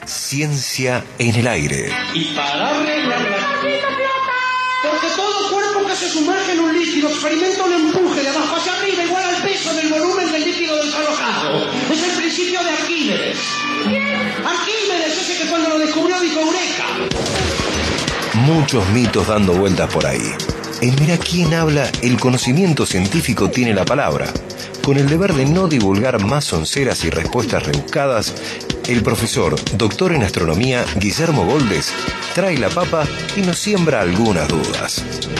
Ciencia en el aire. Y para arreglar la porque todo cuerpo que se sumerge en un líquido experimenta un empuje de abajo hacia arriba igual al peso del volumen del líquido desalojado. Es el principio de Arquímedes. Arquímedes, ese que cuando lo descubrió dijo Eureka. Muchos mitos dando vueltas por ahí. En Mirá quién habla, el conocimiento científico tiene la palabra. Con el deber de no divulgar más sonceras y respuestas rebuscadas, el profesor, doctor en astronomía, Guillermo Goldes, trae la papa y nos siembra algunas dudas.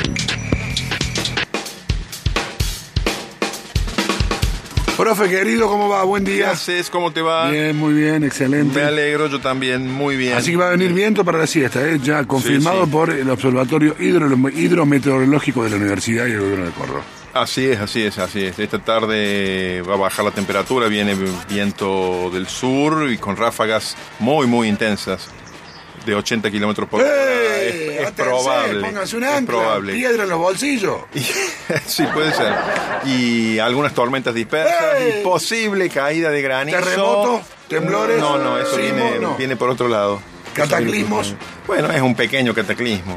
Profe querido, ¿cómo va? Buen día. ¿Qué haces? ¿Cómo te va? Bien, muy bien, excelente. Me alegro, yo también, muy bien. Así que va a venir viento para la siesta, ya confirmado sí. por el Observatorio Hidrometeorológico de la Universidad y el Gobierno de Córdoba. Así es. Esta tarde va a bajar la temperatura, viene viento del sur y con ráfagas muy, muy intensas, de 80 kilómetros por hora. Es probable. Póngase un ancla, piedra en los bolsillos. Sí, puede ser. Y algunas tormentas dispersas, y posible caída de granizo. ¿Terremotos? ¿Temblores? No, eso viene por otro lado. ¿Cataclismos? Bueno, es un pequeño cataclismo.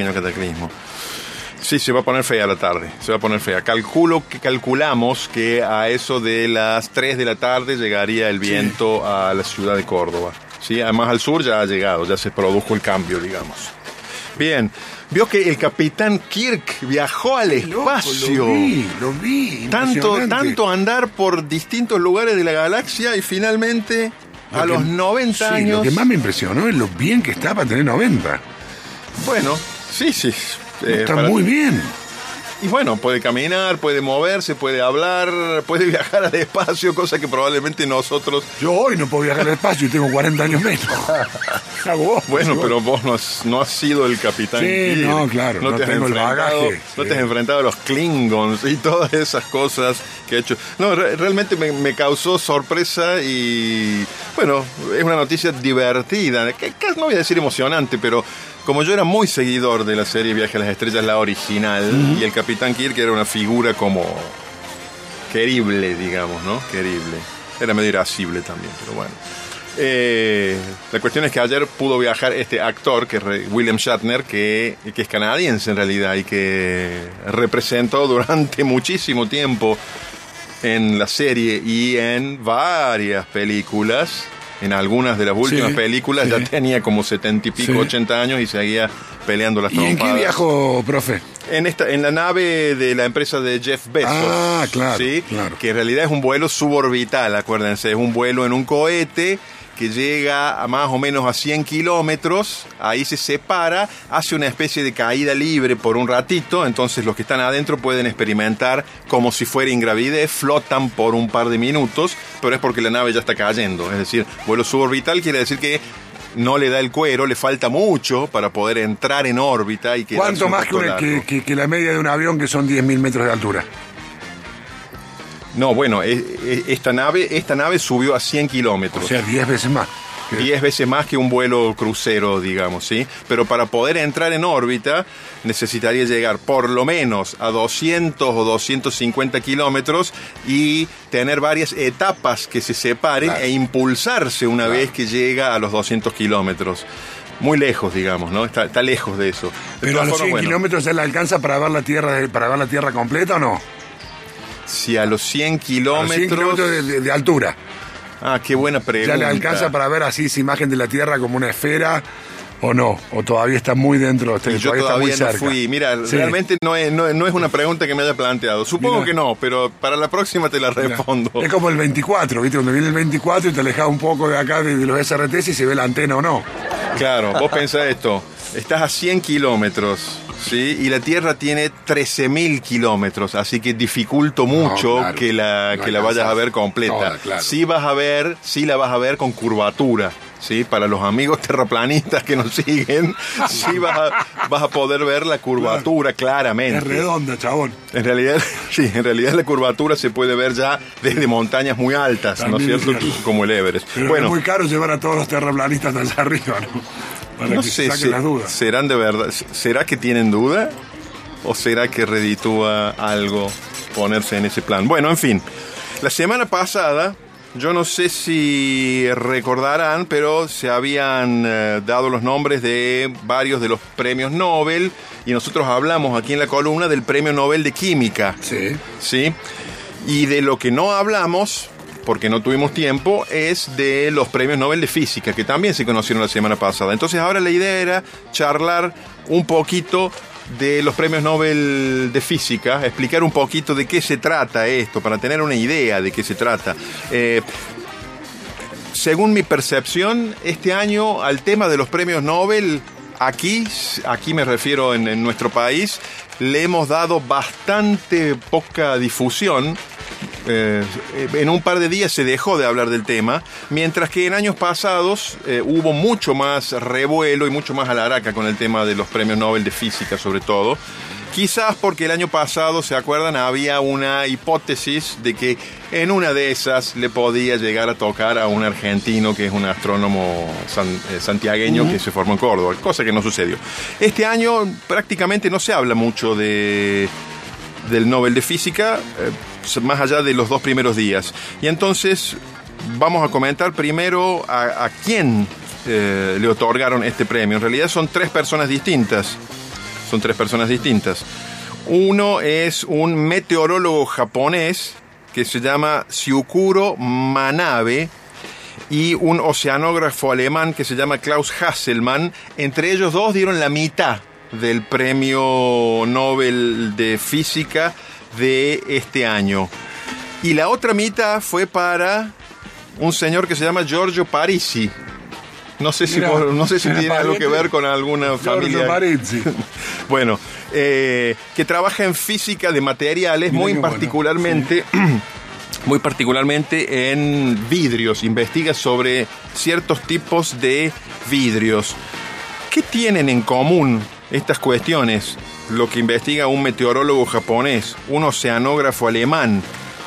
Sí, se va a poner fea la tarde, se va a poner fea. Calculamos que a eso de las 3 de la tarde llegaría el viento a la ciudad de Córdoba. Sí, además al sur ya ha llegado, ya se produjo el cambio, digamos. Bien, vio que el capitán Kirk viajó al espacio. Lo vi. Tanto andar por distintos lugares de la galaxia y finalmente a los 90 años... Lo que más me impresionó es lo bien que está para tener 90. Bueno, sí. Está muy bien. Y bueno, puede caminar, puede moverse, puede hablar, puede viajar al espacio, cosa que probablemente nosotros... Yo hoy no puedo viajar al espacio y tengo 40 años menos. Bueno, pero vos no has sido el capitán. Sí, no, claro. No tengo el bagaje. No te has enfrentado a los Klingons y todas esas cosas que ha hecho. No, realmente me causó sorpresa y... Bueno, es una noticia divertida. Que no voy a decir emocionante, pero... Como yo era muy seguidor de la serie Viaje a las Estrellas, la original, y el Capitán Kirk era una figura como querible, digamos, ¿no? Querible. Era medio irascible también, pero bueno. La cuestión es que ayer pudo viajar este actor, que es William Shatner, que es canadiense en realidad, y que representó durante muchísimo tiempo en la serie y en varias películas. En algunas de las últimas películas ya tenía como 70 y pico, 80 años y seguía peleando las trompadas. ¿Y en qué viajó, profe? En la nave de la empresa de Jeff Bezos. Ah, claro, ¿sí? claro. Que en realidad es un vuelo suborbital, acuérdense. Es un vuelo en un cohete que llega a más o menos a 100 kilómetros, ahí se separa, hace una especie de caída libre por un ratito, entonces los que están adentro pueden experimentar como si fuera ingravidez, flotan por un par de minutos, pero es porque la nave ya está cayendo, es decir, vuelo suborbital quiere decir que no le da el cuero, le falta mucho para poder entrar en órbita y que... ¿Cuánto más que la media de un avión que son 10.000 metros de altura? No, bueno, esta nave subió a 100 kilómetros. O sea, 10 veces más. 10 veces más que un vuelo crucero, digamos, ¿sí? Pero para poder entrar en órbita necesitaría llegar por lo menos a 200 o 250 kilómetros y tener varias etapas que se separen e impulsarse una vez que llega a los 200 kilómetros. Muy lejos, digamos, ¿no? Está lejos de eso. Pero a los 100 kilómetros ¿él alcanza para ver la Tierra completa o no? Si a los 100 kilómetros... de altura. Ah, qué buena pregunta. ¿Ya le alcanza para ver así esa imagen de la Tierra como una esfera o no? ¿O todavía está muy dentro? Yo todavía no fui. Mira, realmente no es una pregunta que me haya planteado. Supongo que no, pero para la próxima te la respondo. Es como el 24, ¿viste? Cuando viene el 24 y te alejas un poco de acá de los SRT si se ve la antena o no. Claro, vos pensás esto. Estás a 100 kilómetros... Sí, y la Tierra tiene 13.000 kilómetros, así que dificulto mucho que la vayas a ver completa. Claro. Sí la vas a ver con curvatura, ¿sí? Para los amigos terraplanistas que nos siguen, sí vas a poder ver la curvatura claramente. Es redonda, chabón. En realidad la curvatura se puede ver ya desde montañas muy altas, también, ¿no es cierto? Como el Everest. Pero bueno, es muy caro llevar a todos los terraplanistas allá arriba, ¿no? No sé, ¿serán de verdad? ¿Será que tienen duda? ¿O será que reditúa algo ponerse en ese plan? Bueno, en fin. La semana pasada Yo no sé si recordarán, pero se habían dado los nombres de varios de los premios Nobel y nosotros hablamos aquí en la columna del Premio Nobel de Química. Sí. ¿Sí? Y de lo que no hablamos, porque no tuvimos tiempo, es de los premios Nobel de Física, que también se conocieron la semana pasada. Entonces ahora la idea era charlar un poquito de los premios Nobel de Física, explicar un poquito de qué se trata esto, para tener una idea de qué se trata. Según mi percepción, este año al tema de los premios Nobel, aquí me refiero en nuestro país, le hemos dado bastante poca difusión. En un par de días se dejó de hablar del tema, mientras que en años pasados hubo mucho más revuelo y mucho más alaraca con el tema de los premios Nobel de Física, sobre todo. Quizás porque el año pasado, ¿se acuerdan? Había una hipótesis de que en una de esas le podía llegar a tocar a un argentino que es un astrónomo santiagueño que se formó en Córdoba, cosa que no sucedió. Este año prácticamente no se habla mucho del Nobel de Física, más allá de los 2 primeros días. Y entonces vamos a comentar primero a quién le otorgaron este premio. En realidad son 3 personas distintas. Uno es un meteorólogo japonés que se llama Syukuro Manabe y un oceanógrafo alemán que se llama Klaus Hasselmann. Entre ellos 2 dieron la mitad del premio Nobel de Física de este año. Y la otra mitad fue para un señor que se llama Giorgio Parisi. No sé si tiene algo que ver con alguna familia. Bueno, que trabaja en física de materiales, muy particularmente en vidrios. Investiga sobre ciertos tipos de vidrios. ¿Qué tienen en común estas cuestiones? Lo que investiga un meteorólogo japonés, un oceanógrafo alemán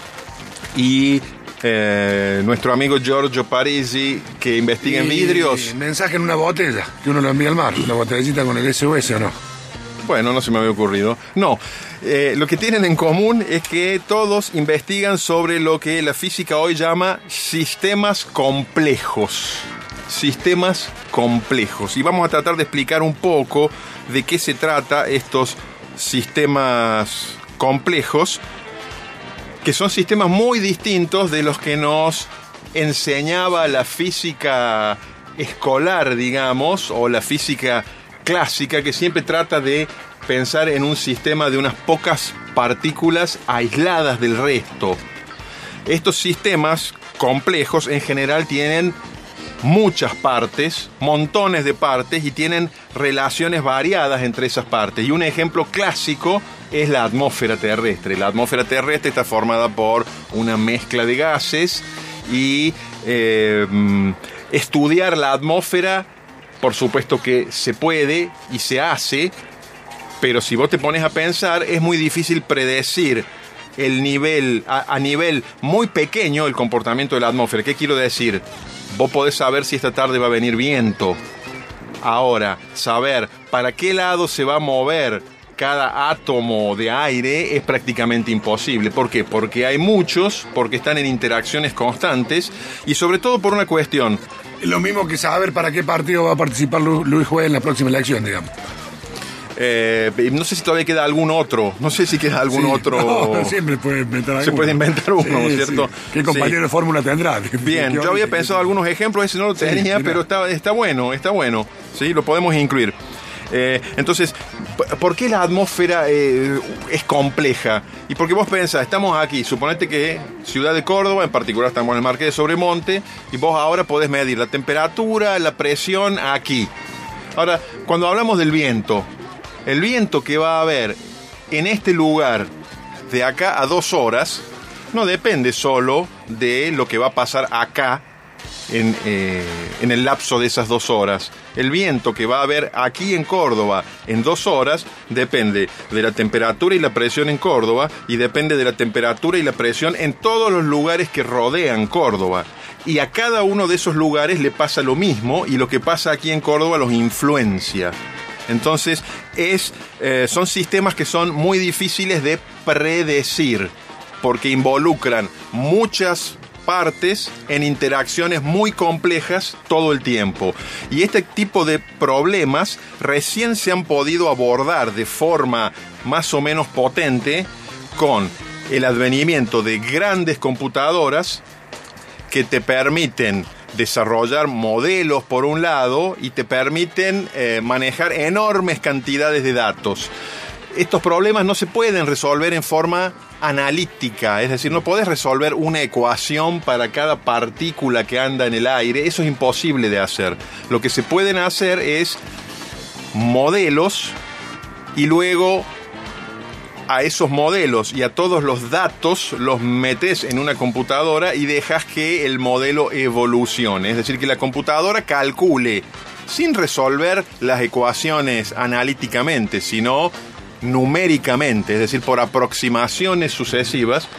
y nuestro amigo Giorgio Parisi, que investiga en vidrios. Mensaje en una botella, que uno lo envía al mar, la botellecita con el SOS, ¿o no? Bueno, no se me había ocurrido. No, lo que tienen en común es que todos investigan sobre lo que la física hoy llama sistemas complejos. Sistemas complejos. Y vamos a tratar de explicar un poco de qué se trata estos sistemas complejos, que son sistemas muy distintos de los que nos enseñaba la física escolar, digamos, o la física clásica, que siempre trata de pensar en un sistema de unas pocas partículas aisladas del resto. Estos sistemas complejos en general tienen muchas partes, montones de partes, y tienen relaciones variadas entre esas partes. Y un ejemplo clásico es la atmósfera terrestre. La atmósfera terrestre está formada por una mezcla de gases y estudiar la atmósfera, por supuesto que se puede y se hace, pero si vos te pones a pensar, es muy difícil predecir el nivel, a nivel muy pequeño, el comportamiento de la atmósfera. ¿Qué quiero decir? Vos podés saber si esta tarde va a venir viento. Ahora, saber para qué lado se va a mover cada átomo de aire es prácticamente imposible. ¿Por qué? Porque hay muchos, porque están en interacciones constantes y sobre todo por una cuestión. Lo mismo que saber para qué partido va a participar Luis Juez en la próxima elección, digamos. No sé si todavía queda algún otro. No sé si queda algún otro. No, siempre puede inventar alguno. Se puede inventar uno, ¿cierto? Sí. ¿Qué compañero de fórmula tendrá? Bien, yo había pensado algunos ejemplos, ese no lo tenía, sí, pero está bueno. Sí, lo podemos incluir. Entonces, ¿por qué la atmósfera es compleja? Y porque vos pensás, estamos aquí, suponete que ciudad de Córdoba, en particular estamos en el Marqués de Sobremonte, y vos ahora podés medir la temperatura, la presión aquí. Ahora, cuando hablamos del viento, el viento que va a haber en este lugar de acá a 2 horas no depende solo de lo que va a pasar acá en el lapso de esas 2 horas. El viento que va a haber aquí en Córdoba en 2 horas depende de la temperatura y la presión en Córdoba, y depende de la temperatura y la presión en todos los lugares que rodean Córdoba. Y a cada uno de esos lugares le pasa lo mismo, y lo que pasa aquí en Córdoba los influencia. Entonces, son sistemas que son muy difíciles de predecir, porque involucran muchas partes en interacciones muy complejas todo el tiempo. Y este tipo de problemas recién se han podido abordar de forma más o menos potente con el advenimiento de grandes computadoras que te permiten desarrollar modelos por un lado y te permiten manejar enormes cantidades de datos. Estos problemas no se pueden resolver en forma analítica, es decir, no podés resolver una ecuación para cada partícula que anda en el aire, eso es imposible de hacer. Lo que se pueden hacer es modelos y luego a esos modelos y a todos los datos los metes en una computadora y dejas que el modelo evolucione, es decir, que la computadora calcule sin resolver las ecuaciones analíticamente, sino numéricamente, es decir, por aproximaciones sucesivas,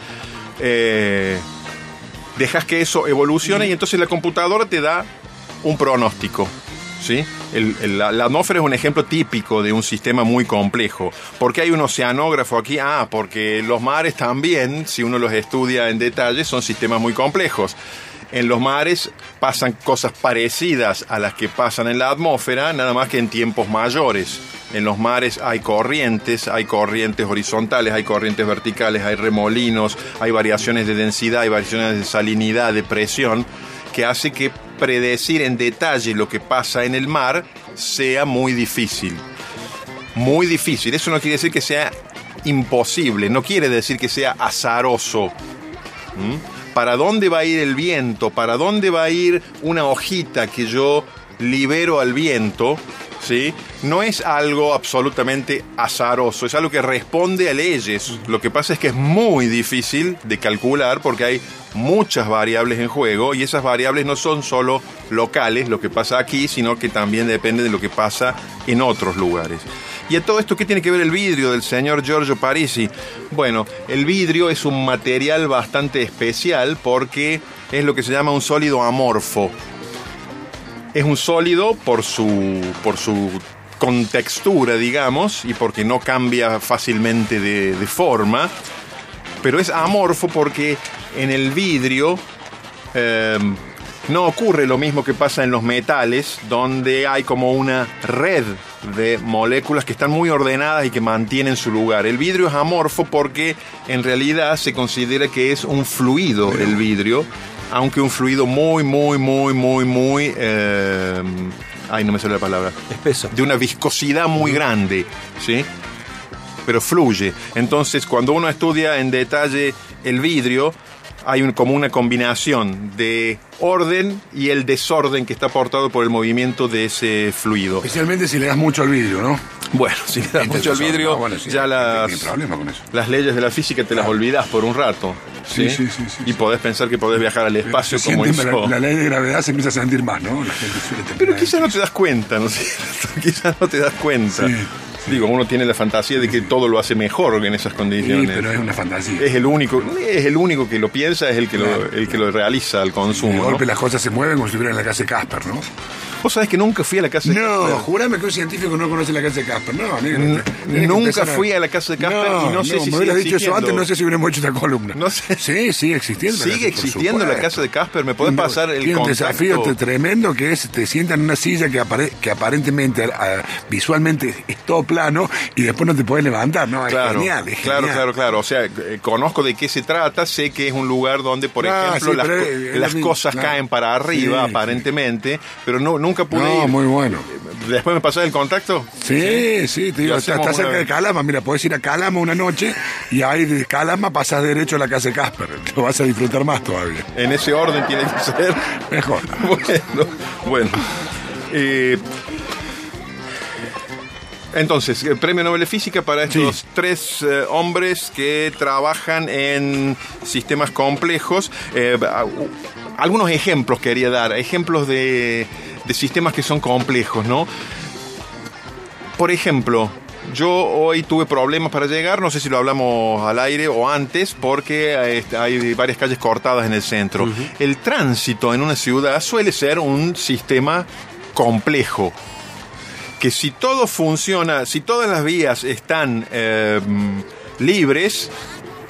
dejas que eso evolucione y entonces la computadora te da un pronóstico, ¿sí? La atmósfera es un ejemplo típico de un sistema muy complejo. ¿Por qué hay un oceanógrafo aquí? Porque los mares también, si uno los estudia en detalle, son sistemas muy complejos. En los mares pasan cosas parecidas a las que pasan en la atmósfera, nada más que en tiempos mayores. En los mares hay corrientes horizontales, hay corrientes verticales, hay remolinos, hay variaciones de densidad, hay variaciones de salinidad, de presión, que hace que predecir en detalle lo que pasa en el mar sea muy difícil. Muy difícil. Eso no quiere decir que sea imposible, no quiere decir que sea azaroso. ¿Para dónde va a ir el viento? ¿Para dónde va a ir una hojita que yo libero al viento? ¿Sí? No es algo absolutamente azaroso, es algo que responde a leyes. Lo que pasa es que es muy difícil de calcular porque hay muchas variables en juego y esas variables no son solo locales, lo que pasa aquí, sino que también depende de lo que pasa en otros lugares. Y a todo esto, ¿qué tiene que ver el vidrio del señor Giorgio Parisi? Bueno, el vidrio es un material bastante especial porque es lo que se llama un sólido amorfo. Es un sólido por su contextura, digamos, y porque no cambia fácilmente de forma, pero es amorfo porque en el vidrio no ocurre lo mismo que pasa en los metales, donde hay como una red de moléculas que están muy ordenadas y que mantienen su lugar. El vidrio es amorfo porque en realidad se considera que es un fluido el vidrio, aunque un fluido muy, no me sale la palabra. Espeso. De una viscosidad muy grande, ¿sí? Pero fluye. Entonces, cuando uno estudia en detalle el vidrio, hay como una combinación de orden y el desorden que está aportado por el movimiento de ese fluido. Especialmente si le das mucho al vidrio, ¿no? Bueno, si le das mucho al vidrio, ya las leyes de la física te las olvidás por un rato. ¿sí? Sí. Y podés pensar que podés viajar al espacio como hizo. La ley de gravedad se empieza a sentir más, ¿no? La gente suele Pero quizás no te das cuenta, ¿no es cierto? Quizás no te das cuenta. Sí. Digo, uno tiene la fantasía de que todo lo hace mejor en esas condiciones. Sí, pero es una fantasía. Es el único que lo piensa, es el que lo realiza al consumo. De golpe ¿no? las cosas se mueven como si estuviera en la casa de Casper, ¿no? Vos sabés que nunca fui a la casa de Casper. No, jurame que un científico no conoce la casa de Casper. No, amigo. Nunca fui a la casa de Casper y no sé si me hubieras sigue dicho eso existiendo. antes, no sé si hubiéramos hecho esta columna. No sé. Sí, sigue existiendo. Sigue existiendo la casa de Casper. ¿Me podés pasar el Tiene un contacto? desafío tremendo que es, te sientan en una silla que aparentemente, visualmente es todo plano y después no te podés levantar, ¿no? Es genial, es genial. Claro. O sea, conozco de qué se trata, sé que es un lugar donde, por ejemplo, sí, las cosas caen para arriba, aparentemente, pero nunca pude ir. Muy bueno. ¿Después me pasás el contacto? Sí, te digo, está cerca de Calama. Mira, podés ir a Calama una noche y ahí de Calama pasás derecho a la casa de Casper. Lo vas a disfrutar más todavía. En ese orden tiene que ser. Mejor. Bueno. Entonces, el Premio Nobel de Física para estos tres hombres que trabajan en sistemas complejos. Algunos ejemplos quería dar, ejemplos de sistemas que son complejos, ¿no? Por ejemplo, yo hoy tuve problemas para llegar, no sé si lo hablamos al aire o antes, porque hay varias calles cortadas en el centro. Uh-huh. El tránsito en una ciudad suele ser un sistema complejo, que si todo funciona, si todas las vías están libres,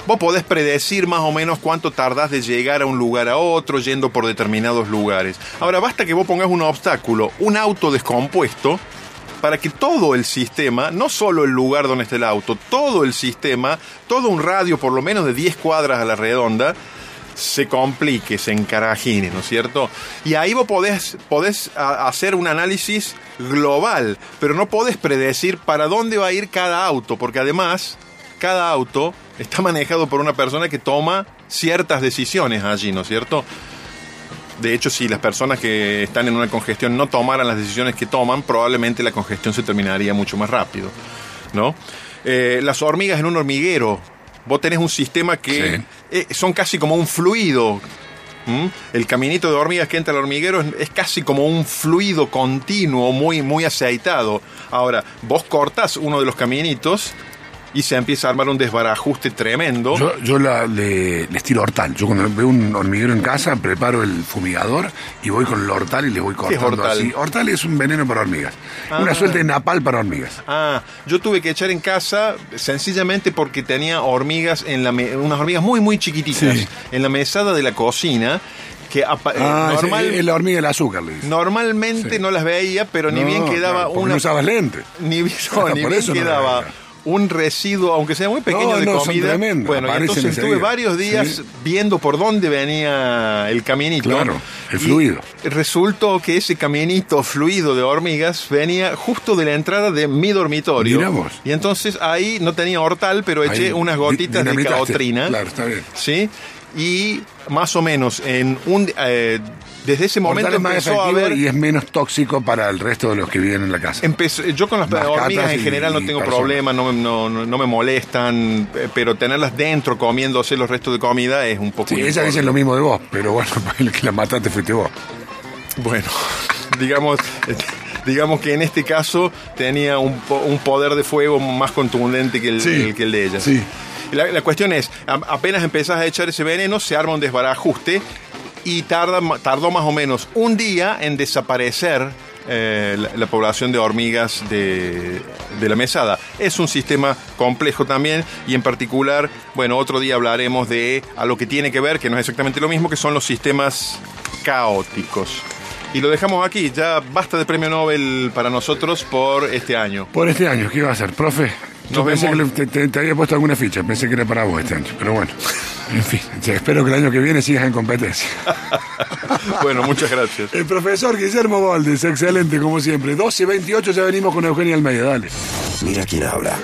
vos podés predecir más o menos cuánto tardás de llegar a un lugar a otro, yendo por determinados lugares. Ahora, basta que vos pongas un obstáculo, un auto descompuesto, para que todo el sistema, no solo el lugar donde está el auto, todo el sistema, todo un radio por lo menos de 10 cuadras a la redonda, se complique, se encarajine, ¿no es cierto? Y ahí vos podés hacer un análisis global, pero no podés predecir para dónde va a ir cada auto, porque además cada auto está manejado por una persona que toma ciertas decisiones allí, ¿no es cierto? De hecho, si las personas que están en una congestión no tomaran las decisiones que toman, probablemente la congestión se terminaría mucho más rápido, ¿no? Las hormigas en un hormiguero, vos tenés un sistema que son casi como un fluido. El caminito de hormigas que entra al hormiguero es casi como un fluido continuo, muy, muy aceitado. Ahora, vos cortás uno de los caminitos y se empieza a armar un desbarajuste tremendo. Yo les tiro hortal. Yo cuando veo un hormiguero en casa, preparo el fumigador y voy con el hortal y le voy cortando. ¿Qué es hortal? Así. Hortal es un veneno para hormigas. Una suerte de napal para hormigas. Yo tuve que echar en casa sencillamente porque tenía hormigas, unas hormigas muy, muy chiquititas en la mesada de la cocina. Que es la hormiga del azúcar, le dice. Normalmente no las veía, pero ni bien quedaba una. No usabas lente. Ni bien quedaba un residuo, aunque sea muy pequeño, de comida. Bueno, y entonces estuve varios días viendo por dónde venía el caminito. Claro, el fluido. Resultó que ese caminito fluido de hormigas venía justo de la entrada de mi dormitorio. Mirá vos. Y entonces ahí no tenía hortal, pero eché unas gotitas de caotrina. Claro, está bien. ¿Sí? Y más o menos desde ese momento empezó a haber... Y es menos tóxico para el resto de los que viven en la casa. Yo con las hormigas en general no tengo problema, no me molestan, pero tenerlas dentro comiéndose los restos de comida es un poco... Sí, ellas dicen lo mismo de vos, pero bueno, el que la mataste fuiste vos. Bueno, digamos que en este caso tenía un poder de fuego más contundente que el de ellas. Sí. La cuestión es, apenas empezás a echar ese veneno, se arma un desbarajuste y tardó más o menos un día en desaparecer la población de hormigas de la mesada. Es un sistema complejo también y en particular, bueno, otro día hablaremos de algo que tiene que ver, que no es exactamente lo mismo, que son los sistemas caóticos. Y lo dejamos aquí, ya basta de premio Nobel para nosotros por este año. Por este año, ¿qué iba a hacer, profe? Yo pensé que te había puesto alguna ficha, pensé que era para vos este año, pero bueno, en fin, espero que el año que viene sigas en competencia. Bueno, muchas gracias. El profesor Guillermo Baldes, excelente como siempre. 12:28, ya venimos con Eugenia Almeida, dale. Mira quién habla.